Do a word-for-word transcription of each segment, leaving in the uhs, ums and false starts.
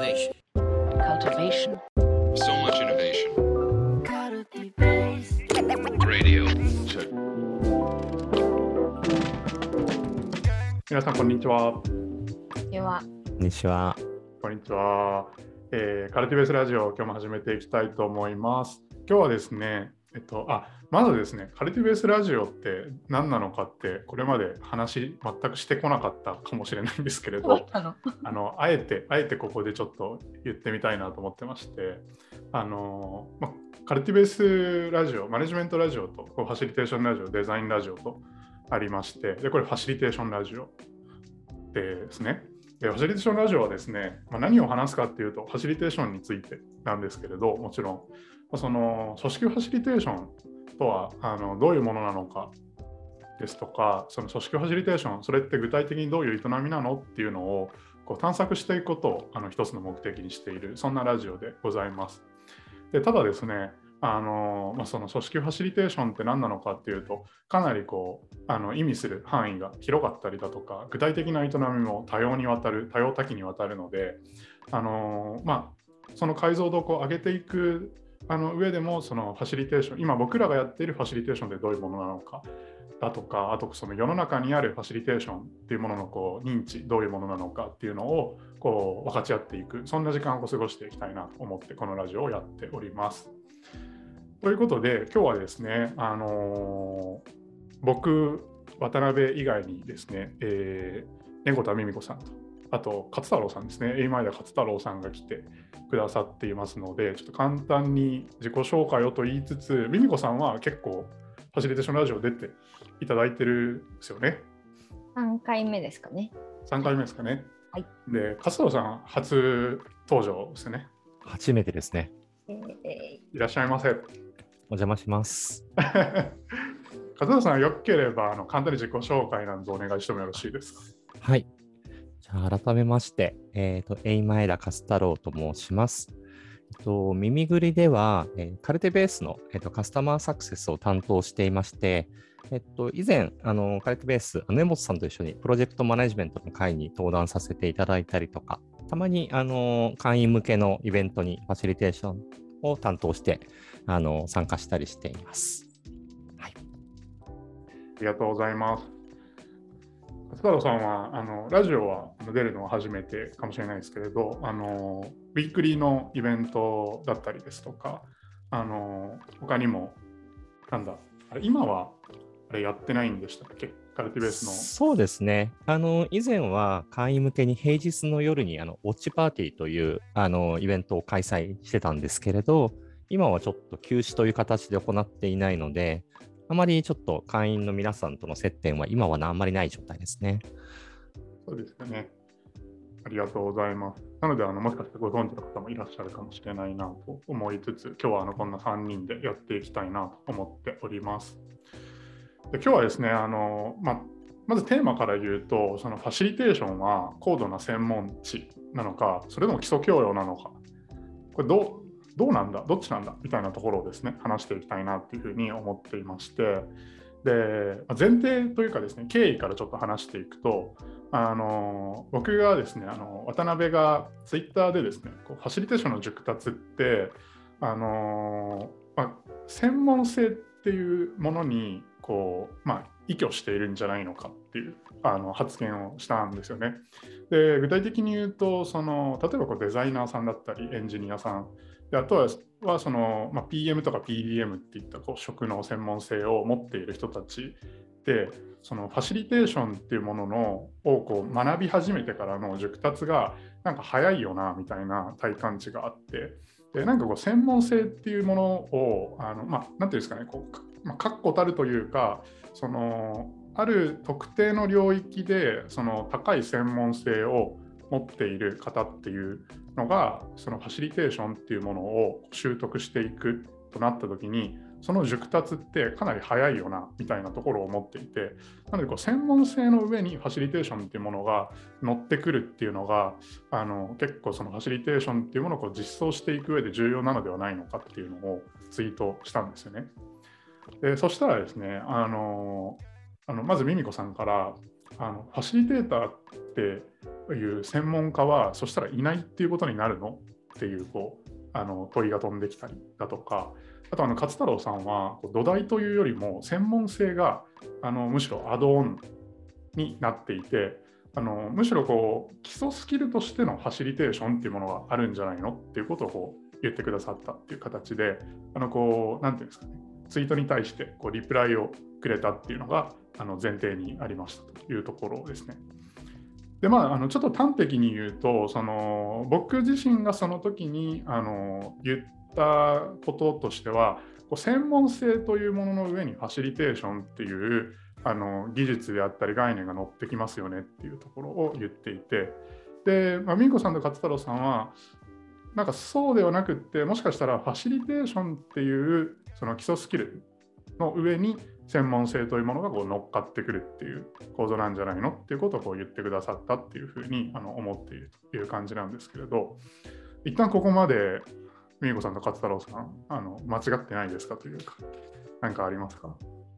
Cultivation. Cultivation. So much innovation. Radio. Check. 皆さんこんにちは。 では、 こんにちは。 こんにちは。えー、カルティベースラジオ、今日も始めていきたいと思います。今日はですね、えっと、あ、まずですね、カルティベースラジオって何なのかって、これまで話全くしてこなかったかもしれないんですけれど、あの、あえて、あえてここでちょっと言ってみたいなと思ってまして、あの、ま、カルティベースラジオ、マネジメントラジオと、ファシリテーションラジオ、デザインラジオとありまして、で、これファシリテーションラジオですね。でファシリテーションラジオはですね、まあ、何を話すかっていうと、ファシリテーションについてなんですけれど、もちろん、その組織ファシリテーションとはあのどういうものなのかですとか、その組織ファシリテーション、それって具体的にどういう営みなのっていうのをこう探索していくことをあの一つの目的にしている、そんなラジオでございます。でただですね、あのまあ、その組織ファシリテーションって何なのかっていうと、かなりこうあの意味する範囲が広かったりだとか、具体的な営みも多様にわたる多様多岐にわたるので、あの、まあ、その解像度をこう上げていくあの上でも、そのファシリテーション、今僕らがやっているファシリテーションってどういうものなのかだとか、あとその世の中にあるファシリテーションっていうもののこう認知、どういうものなのかっていうのをこう分かち合っていく、そんな時間を過ごしていきたいなと思ってこのラジオをやっております。ということで、今日はですね、あのー、僕、渡辺以外にですね、えー、猫田美美子さんと、あと勝太郎さんですね、エイマイダ勝太郎さんが来てくださっていますので、ちょっと簡単に自己紹介をと言いつつ、美美子さんは結構ファシリテーションラジオ出ていただいてるんですよね。 さんかいめですかね。 さんかいめですかね。 はい。 で、勝太郎さん初登場ですね。 初めてですね。 えー、 いらっしゃいませ。 お邪魔します。 勝田さん、よければあの簡単に自己紹介なんぞお願いしてもよろしいですか。 はい。じゃあ改めまして、えっと、エイマエダカス太郎と申します。えっと、耳ぐりでは、えー、カルテベースの、えっと、カスタマーサクセスを担当していまして、えっと、以前、あのカルテベース、あの江本さんと一緒にプロジェクトマネジメントの会に登壇させていただいたりとか、たまにあの会員向けのイベントにファシリテーションを担当してあの参加したりしています。はい。 ありがとうございます。勝太郎さんはあのラジオは出るのは初めてかもしれないですけれど、あのウィークリーのイベントだったりですとか、あの他にもなんだあれ今はあれやってないんでしたっけ、カルティベースの。 そうですね。あの以前は会員向けに平日の夜にあのウォッチパーティーというあのイベントを開催してたんですけれど、今はちょっと休止という形で行っていないので、あまりちょっと会員の皆さんとの接点は今はあんまりない状態ですね。 そうですよね。ありがとうございます。なのであのもしかしてご存知の方もいらっしゃるかもしれないなと思いつつ、今日はあのこんなさんにんでやっていきたいなと思っております。で今日はですね、あの、まあ、まずテーマから言うと、そのファシリテーションは高度な専門知なのか、それとも基礎教養なのか、これどうどうなんだ、どっちなんだみたいなところをですね、話していきたいなというふうに思っていまして、で、前提というかですね、経緯からちょっと話していくと、あの僕がですね、あの渡辺がツイッターでですね、こうファシリテーションの熟達って、あのまあ、専門性っていうものにこう、まあ、依拠しているんじゃないのかっていうあの発言をしたんですよね。で、具体的に言うと、その例えばこうデザイナーさんだったりエンジニアさんで、あとは、はその、まあ、ピーエム とか ピーディーエム っていったこう職の専門性を持っている人たちで、そのファシリテーションっていうもののをこう学び始めてからの熟達がなんか早いよなみたいな体感値があって、でなんかこう専門性っていうものをあの、まあ、なんていうんですかね、こう、まあ、確固たるというか、そのある特定の領域でその高い専門性を持っている方っていうのが、そのファシリテーションっていうものを習得していくとなった時に、その熟達ってかなり早いよなみたいなところを持っていて、なのでこう専門性の上にファシリテーションっていうものが乗ってくるっていうのが、あの結構そのファシリテーションっていうものをこう実装していく上で重要なのではないのかっていうのをツイートしたんですよね。でそしたらですね、あのあのまずミミコさんから、 あのファシリテーターっていう専門家はそしたらいないっていうことになるのっていう、こうあの問いが飛んできたりだとか、あとあの勝太郎さんは土台というよりも専門性があのむしろアドオンになっていて、あのむしろこう基礎スキルとしてのファシリテーションっていうものがあるんじゃないのっていうことをこう言ってくださったっていう形で、あのこうなんていうんですかね、ツイートに対してこうリプライをくれたっていうのがあの前提にありましたというところですね。でまあ、あのちょっと端的に言うと、その僕自身がその時にあの言ったこととしては、こう専門性というものの上にファシリテーションっていうあの技術であったり概念が乗ってきますよねっていうところを言っていて、で、まあ、ミンコさんと勝太郎さんはなんかそうではなくって、もしかしたらファシリテーションっていうその基礎スキルの上に専門性というものがこう乗っかってくるっていう構造なんじゃないのっていうことをこう言ってくださったっていうふうにあの思っているという感じなんですけれど、一旦ここまでミンコさんと勝太郎さん、あの間違ってないですかというか、何かありますか？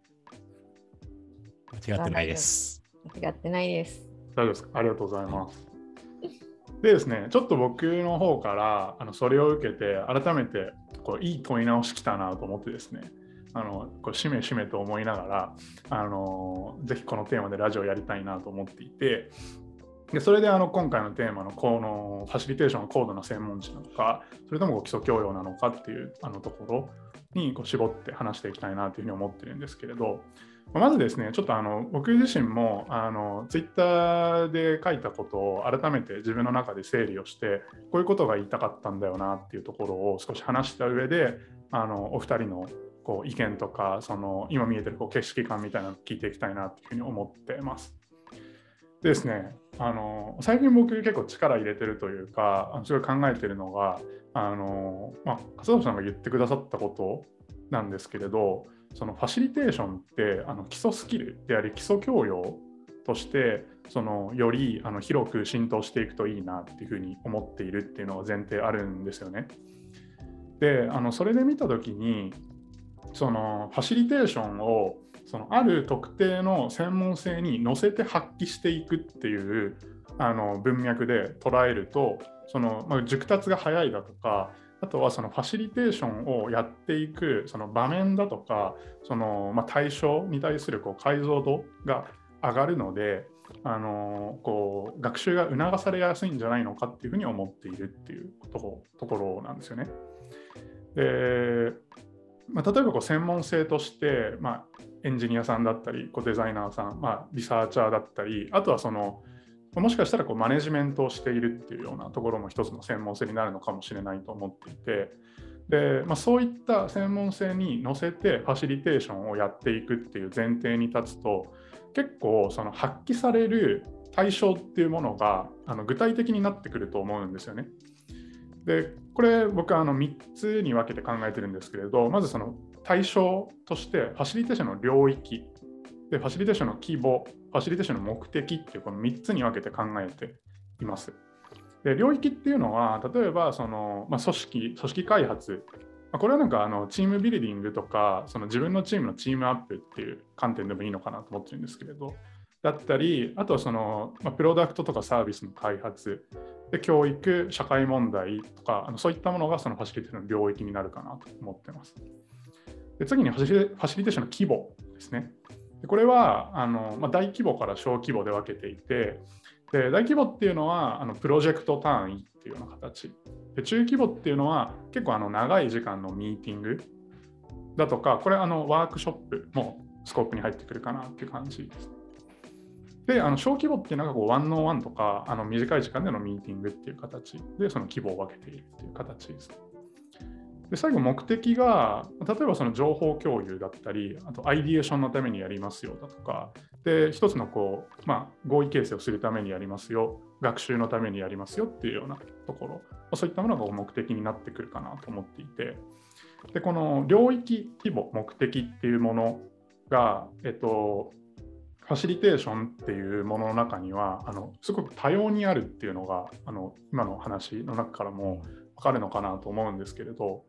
間違ってないです。 間違ってないです。 大丈夫ですか？ありがとうございます。でですね、ちょっと僕の方からあのそれを受けて改めてこういい問い直しきたなと思ってですね、あのこれしめしめと思いながら、あのぜひこのテーマでラジオやりたいなと思っていて、でそれであの今回のテーマのこのファシリテーションの高度な専門知なのか、それともこう基礎教養なのかっていうあのところにこう絞って話していきたいなというふうに思ってるんですけれど、まずですね、ちょっとあの僕自身もあのツイッターで書いたことを改めて自分の中で整理をして、こういうことが言いたかったんだよなっていうところを少し話した上で、あのお二人のこう意見とか、その今見えてるこう景色感みたいなのを聞いていきたいなというふうに思ってます。でですね、あの最近僕結構力入れてるというか、すごい考えてるのが、あの、まあ、勝田さんが言ってくださったことなんですけれど、そのファシリテーションってあの基礎スキルであり基礎教養としてそのよりあの広く浸透していくといいなっていうふうに思っているっていうのが前提あるんですよね。で、あのそれで見たときにそのファシリテーションをそのある特定の専門性に乗せて発揮していくっていうあの文脈で捉えると、その、まあ、熟達が早いだとか、あとはそのファシリテーションをやっていくその場面だとか、そのまあ対象に対するこう解像度が上がるので、あのこう学習が促されやすいんじゃないのかっていうふうに思っているっていうところ、ところなんですよね。で、まあ、例えばこう専門性として、まあ、エンジニアさんだったりこうデザイナーさん、まあ、リサーチャーだったり、あとはそのもしかしたらこうマネジメントをしているっていうようなところも一つの専門性になるのかもしれないと思っていて、で、まあ、そういった専門性に乗せてファシリテーションをやっていくっていう前提に立つと、結構その発揮される対象っていうものがあの具体的になってくると思うんですよね。で、これ僕はあのみっつに分けて考えてるんですけれど、まずその対象としてファシリテーションの領域で、ファシリテーションの規模、ファシリテーションの目的っていうこのみっつに分けて考えています。で、領域っていうのは、例えばその、まあ、組織、組織開発、まあ、これはなんかあのチームビルディングとか、その自分のチームのチームアップっていう観点でもいいのかなと思ってるんですけれど、だったり、あとはその、まあ、プロダクトとかサービスの開発、で教育、社会問題とか、あのそういったものがそのファシリテーションの領域になるかなと思ってます。で、次にファシリテーションの規模ですね。でこれはあの、まあ、大規模から小規模で分けていて、で大規模っていうのはあのプロジェクト単位っていうような形で、中規模っていうのは結構あの長い時間のミーティングだとか、これあのワークショップもスコープに入ってくるかなっていう感じです。で、あの小規模っていうのがこうワンオンワンとかあの短い時間でのミーティングっていう形でその規模を分けているっていう形です。で、最後目的が例えばその情報共有だったり、あとアイディエーションのためにやりますよだとか、で一つのこう、まあ、合意形成をするためにやりますよ、学習のためにやりますよっていうようなところ、そういったものが目的になってくるかなと思っていて、でこの領域、規模、目的っていうものが、えっと、ファシリテーションっていうものの中にはあのすごく多様にあるっていうのがあの今の話の中からも分かるのかなと思うんですけれど、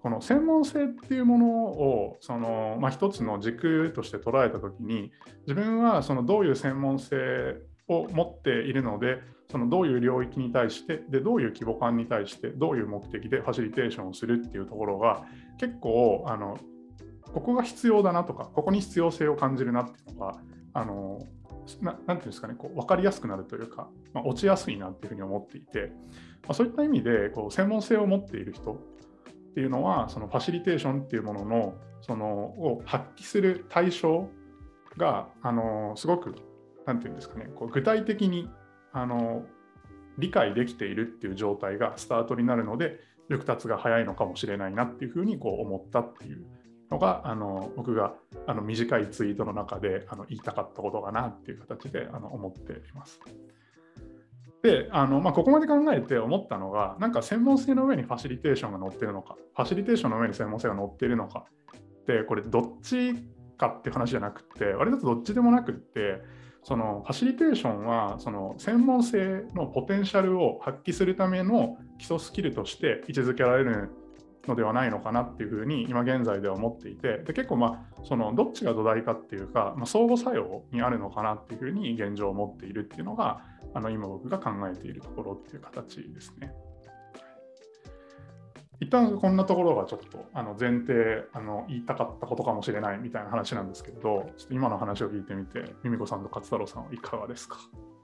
この専門性っていうものをその、まあ、一つの軸として捉えたときに、自分はそのどういう専門性を持っているので、そのどういう領域に対してで、どういう規模感に対して、どういう目的でファシリテーションをするっていうところが結構あのここが必要だなとか、ここに必要性を感じるなっていうのがあのななんていうんですかね、こう分かりやすくなるというか、まあ、落ちやすいなっていうふうに思っていて、まあ、そういった意味でこう専門性を持っている人っていうのは、そのファシリテーションっていうもののそのを発揮する対象があのすごくなんていうんですかね、こう具体的にあの理解できているっていう状態がスタートになるので、熟達が早いのかもしれないなっていうふうにこう思ったっていうのが、あの僕があの短いツイートの中であの言いたかったことかなっていう形であの思っています。で、あのまあ、ここまで考えて思ったのが、なんか専門性の上にファシリテーションが載ってるのか、ファシリテーションの上に専門性が載っているのかって、これどっちかっていう話じゃなくて、割とどっちでもなくって、そのファシリテーションはその専門性のポテンシャルを発揮するための基礎スキルとして位置づけられるのではないのかなっていうふうに今現在では思っていて、で結構まあそのどっちが土台かっていうか、まあ、相互作用にあるのかなっていうふうに現状を持っているっていうのが、あの今僕が考えているところっていう形ですね。一旦こんなところがちょっとあの前提あの言いたかったことかもしれないみたいな話なんですけど、ちょっと今の話を聞いてみて、ミミコさんと勝太郎さんはいかがですか？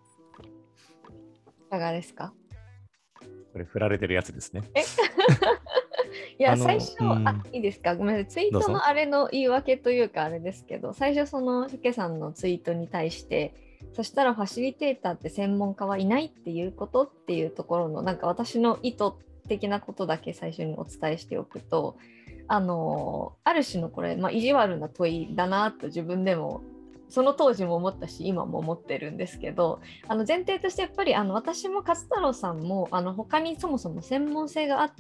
いかがですか？ これ振られてるやつですね。 えいやあの最初、 うんあいいですか、ごめんなさい、ツイーどうぞトのあれの言い訳というかあれですけど、最初そのシュケさんのツイートに対して、そしたらファシリテーターって専門家はいないっていうことっていうところのなんか私の意図的なことだけ最初にお伝えしておくと、あのある種のこれ、まあ、意地悪な問いだなと自分でもその当時も思ったし今も思ってるんですけど、あの前提としてやっぱりあの私も勝太郎さんもあの他にそもそも専門性があって、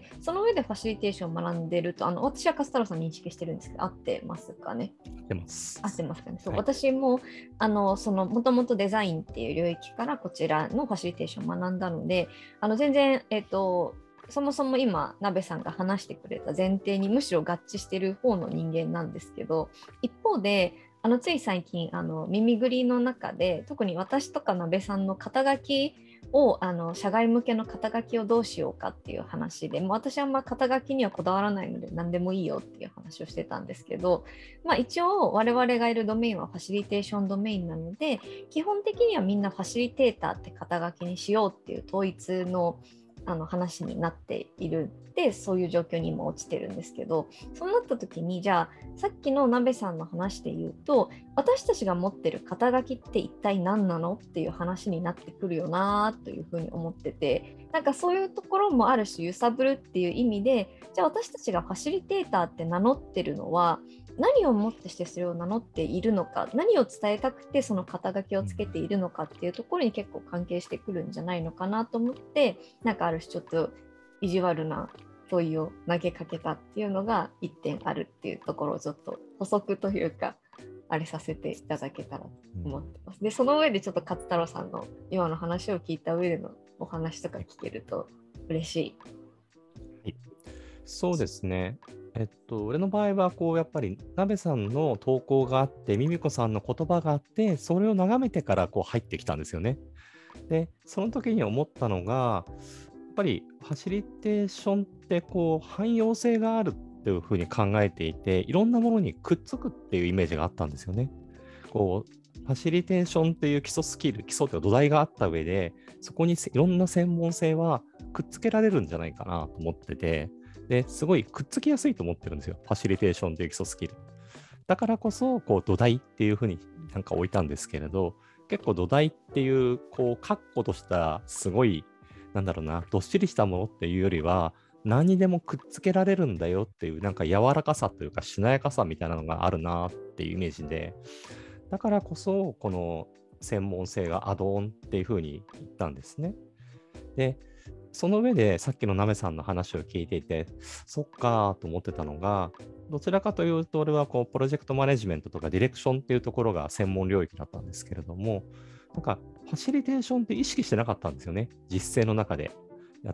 その上でファシリテーションを学んでると、あの私は勝太郎さん認識してるんですけど、合ってますかね？ 合ってます。 合ってますかね。そう、 はい、 私もあのそのもともとデザインっていう領域からこちらのファシリテーションを学んだので、あの全然えっとそもそも今鍋さんが話してくれた前提にむしろ合致してる方の人間なんですけど、一方であのつい最近あの耳ぐりの中で特に私とか鍋さんの肩書きをあの社外向けの肩書きをどうしようかっていう話で、もう私はあんま肩書きにはこだわらないので何でもいいよっていう話をしてたんですけど、まあ、一応我々がいるドメインはファシリテーションドメインなので、基本的にはみんなファシリテーターって肩書きにしようっていう統一のあの話になっているで、そういう状況に今落ちてるんですけど、そうなった時にじゃあさっきの鍋さんの話で言うと、私たちが持ってる肩書きって一体何なのっていう話になってくるよなというふうに思ってて、なんかそういうところもある種揺さぶるっていう意味で、じゃあ私たちがファシリテーターって名乗ってるのは何をもってしてそれを名乗っているのか、何を伝えたくてその肩書きをつけているのかっていうところに結構関係してくるんじゃないのかなと思って、なんかある種ちょっと意地悪な問いを投げかけたっていうのが一点あるっていうところをちょっと補足というかあれさせていただけたらと思ってます。でその上でちょっと勝太郎さんの今の話を聞いた上でのお話とか聞けると嬉しい。 はい、そうですね。えっと、俺の場合はこうやっぱり鍋さんの投稿があってミミコさんの言葉があってそれを眺めてからこう入ってきたんですよね。でその時に思ったのがやっぱりファシリテーションってこう汎用性があるっていうふうに考えていて、いろんなものにくっつくっていうイメージがあったんですよね。こうファシリテーションっていう基礎スキル、基礎というか土台があった上で、そこにいろんな専門性はくっつけられるんじゃないかなと思ってて、ですごいくっつきやすいと思ってるんですよ、ファシリテーションという基礎スキル。だからこそこう土台っていうふうになんか置いたんですけれど、結構土台っていうこう確固としたすごいなんだろうな、どっしりしたものっていうよりは何にでもくっつけられるんだよっていうなんか柔らかさというかしなやかさみたいなのがあるなっていうイメージで、だからこそこの専門性がアドオンっていうふうに言ったんですね。でその上でさっきのなめさんの話を聞いていて、そっかと思ってたのが、どちらかというと俺はこうプロジェクトマネジメントとかディレクションっていうところが専門領域だったんですけれども、なんかファシリテーションって意識してなかったんですよね、実践の中で。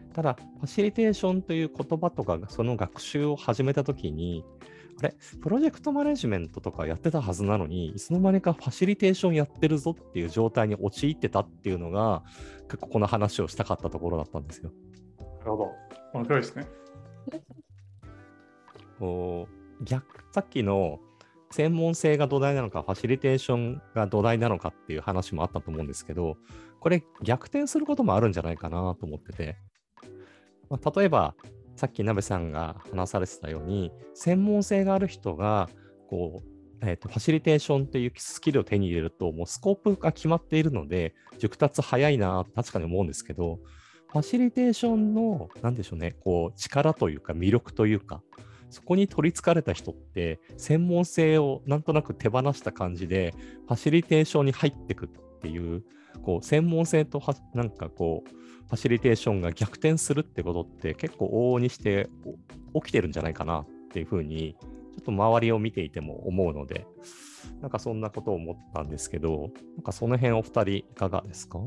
ただ、ファシリテーションという言葉とか、その学習を始めたときに、あれ、プロジェクトマネジメントとかやってたはずなのに、いつの間にかファシリテーションやってるぞっていう状態に陥ってたっていうのが、結構この話をしたかったところだったんですよ。 なるほど。面白いですね。 こう逆さっきの専門性が土台なのか、ファシリテーションが土台なのかっていう話もあったと思うんですけど、これ逆転することもあるんじゃないかなと思ってて、まあ、例えばさっき鍋さんが話されてたように、専門性がある人がこう、えーと、ファシリテーションというスキルを手に入れると、もうスコープが決まっているので、熟達早いなと確かに思うんですけど、ファシリテーションの、なんでしょうね、こう力というか魅力というか、そこに取りつかれた人って、専門性をなんとなく手放した感じで、ファシリテーションに入ってくっていう、こう専門性とはなんかこう、ファシリテーションが逆転するってことって結構往々にして起きてるんじゃないかなっていうふうに、ちょっと周りを見ていても思うので、なんかそんなことを思ったんですけど、なんかその辺お二人いかがですか？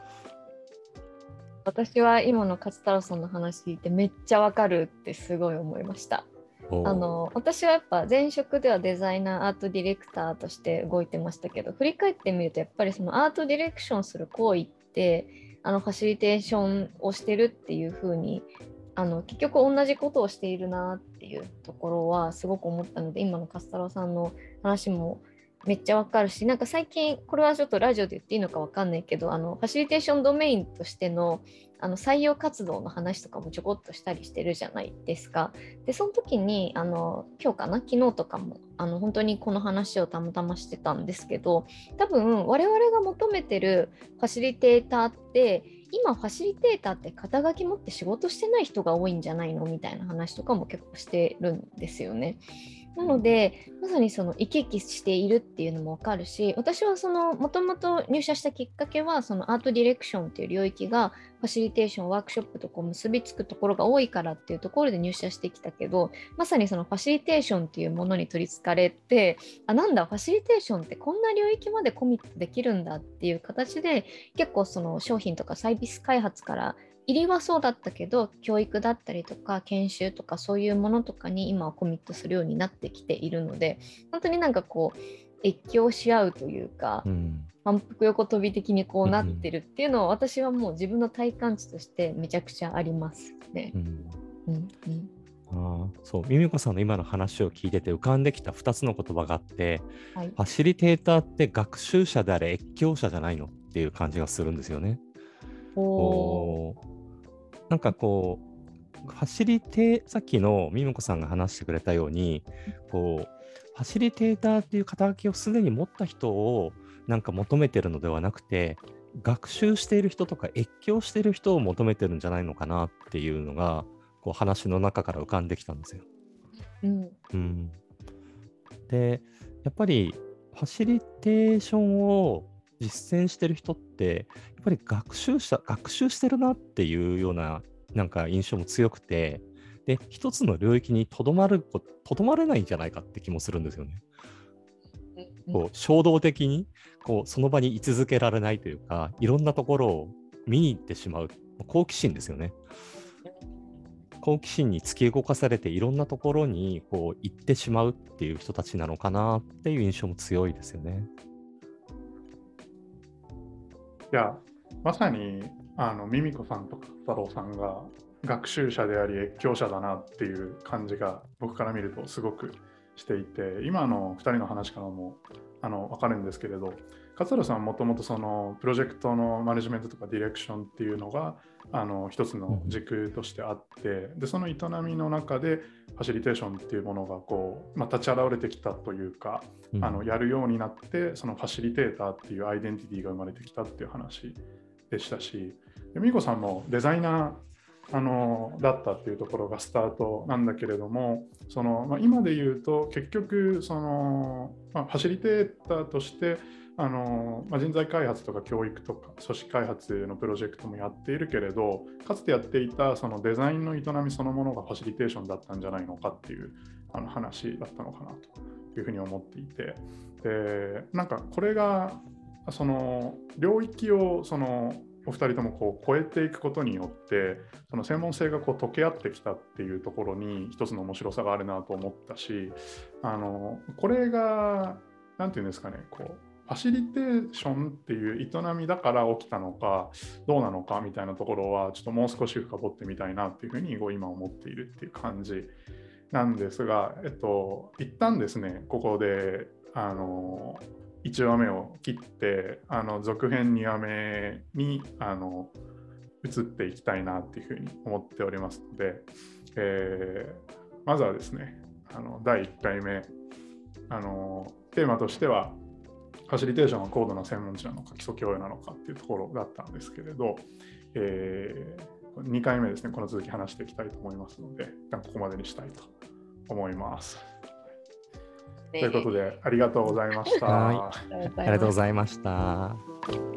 私は今の勝太郎さんの話聞いてめっちゃわかるってすごい思いました。あの私はやっぱ前職ではデザイナーアートディレクターとして動いてましたけど、振り返ってみるとやっぱりそのアートディレクションする行為ってあのファシリテーションをしてるっていう風にあの結局同じことをしているなっていうところはすごく思ったので、今の勝太郎さんの話もめっちゃわかるし、なんか最近これはちょっとラジオで言っていいのかわかんないけど、あのファシリテーションドメインとしてのあの採用活動の話とかもちょこっとしたりしてるじゃないですか。でその時にあの今日かな昨日とかもあの本当にこの話をたまたましてたんですけど、多分我々が求めてるファシリテーターって今ファシリテーターって肩書き持って仕事してない人が多いんじゃないのみたいな話とかも結構してるんですよね。なのでまさにその行き来しているっていうのも分かるし、私はそのもともと入社したきっかけはそのアートディレクションっていう領域がファシリテーションワークショップとこう結びつくところが多いからっていうところで入社してきたけど、まさにそのファシリテーションっていうものに取りつかれて、あ、なんだファシリテーションってこんな領域までコミットできるんだっていう形で、結構その商品とかサービス開発から入りはそうだったけど、教育だったりとか研修とかそういうものとかに今はコミットするようになってきているので、本当になんかこう越境し合うというか、うん、反復横跳び的にこうなってるっていうのは、私はもう自分の体感値としてめちゃくちゃありますね。うんうんうん、あそう、ミミコさんの今の話を聞いてて浮かんできたふたつの言葉があって、はい、ファシリテーターって学習者であれ越境者じゃないのっていう感じがするんですよね。おなんかこうファシリテーさっきのミミコさんが話してくれたように、こうファシリテーターっていう肩書きをすでに持った人をなんか求めてるのではなくて、学習している人とか越境している人を求めてるんじゃないのかなっていうのがこう話の中から浮かんできたんですよ。うんうん、でやっぱりファシリテーションを実践してる人ってやっぱり学習者学習してるなっていうようななんか印象も強くて、で一つの領域にとどまるとどまれないんじゃないかって気もするんですよね。こう衝動的にこうその場に居続けられないというか、いろんなところを見に行ってしまう好奇心ですよね。好奇心に突き動かされていろんなところにこう行ってしまうっていう人たちなのかなっていう印象も強いですよね。 いや、まさにあのミミコさんとか太郎さんが学習者であり越境者だなっていう感じが僕から見るとすごくしていて、今のふたりの話からもあの分かるんですけれど、勝太郎さんはもともとそのプロジェクトのマネジメントとかディレクションっていうのがあの一つの軸としてあって、でその営みの中でファシリテーションっていうものがこう、まあ、立ち現れてきたというか、うん、あのやるようになって、そのファシリテーターっていうアイデンティティが生まれてきたっていう話でしたし、でミコさんもデザイナーあのだったっていうところがスタートなんだけれども、その、まあ、今で言うと結局その、まあ、ファシリテーターとしてあの、まあ、人材開発とか教育とか組織開発のプロジェクトもやっているけれど、かつてやっていたそのデザインの営みそのものがファシリテーションだったんじゃないのかっていうあの話だったのかなというふうに思っていて、でなんかこれがその領域をそのお二人ともこう超えていくことによってその専門性がこう溶け合ってきたっていうところに一つの面白さがあるなと思ったし、あのこれがなんていうんですかね、こうファシリテーションっていう営みだから起きたのかどうなのかみたいなところはちょっともう少し深掘ってみたいなっていうふうに今思っているっていう感じなんですが、えっと一旦ですねここであのいちわめを切ってあの続編にわめにあの移っていきたいなっていうふうに思っておりますので、えー、まずはですねあのだいいっかいめあのテーマとしてはファシリテーションは高度な専門知なのか基礎教養なのかっていうところだったんですけれど、えー、にかいめですねこの続き話していきたいと思いますので一旦ここまでにしたいと思います。ということでありがとうございました。 はい、ありがとうございました。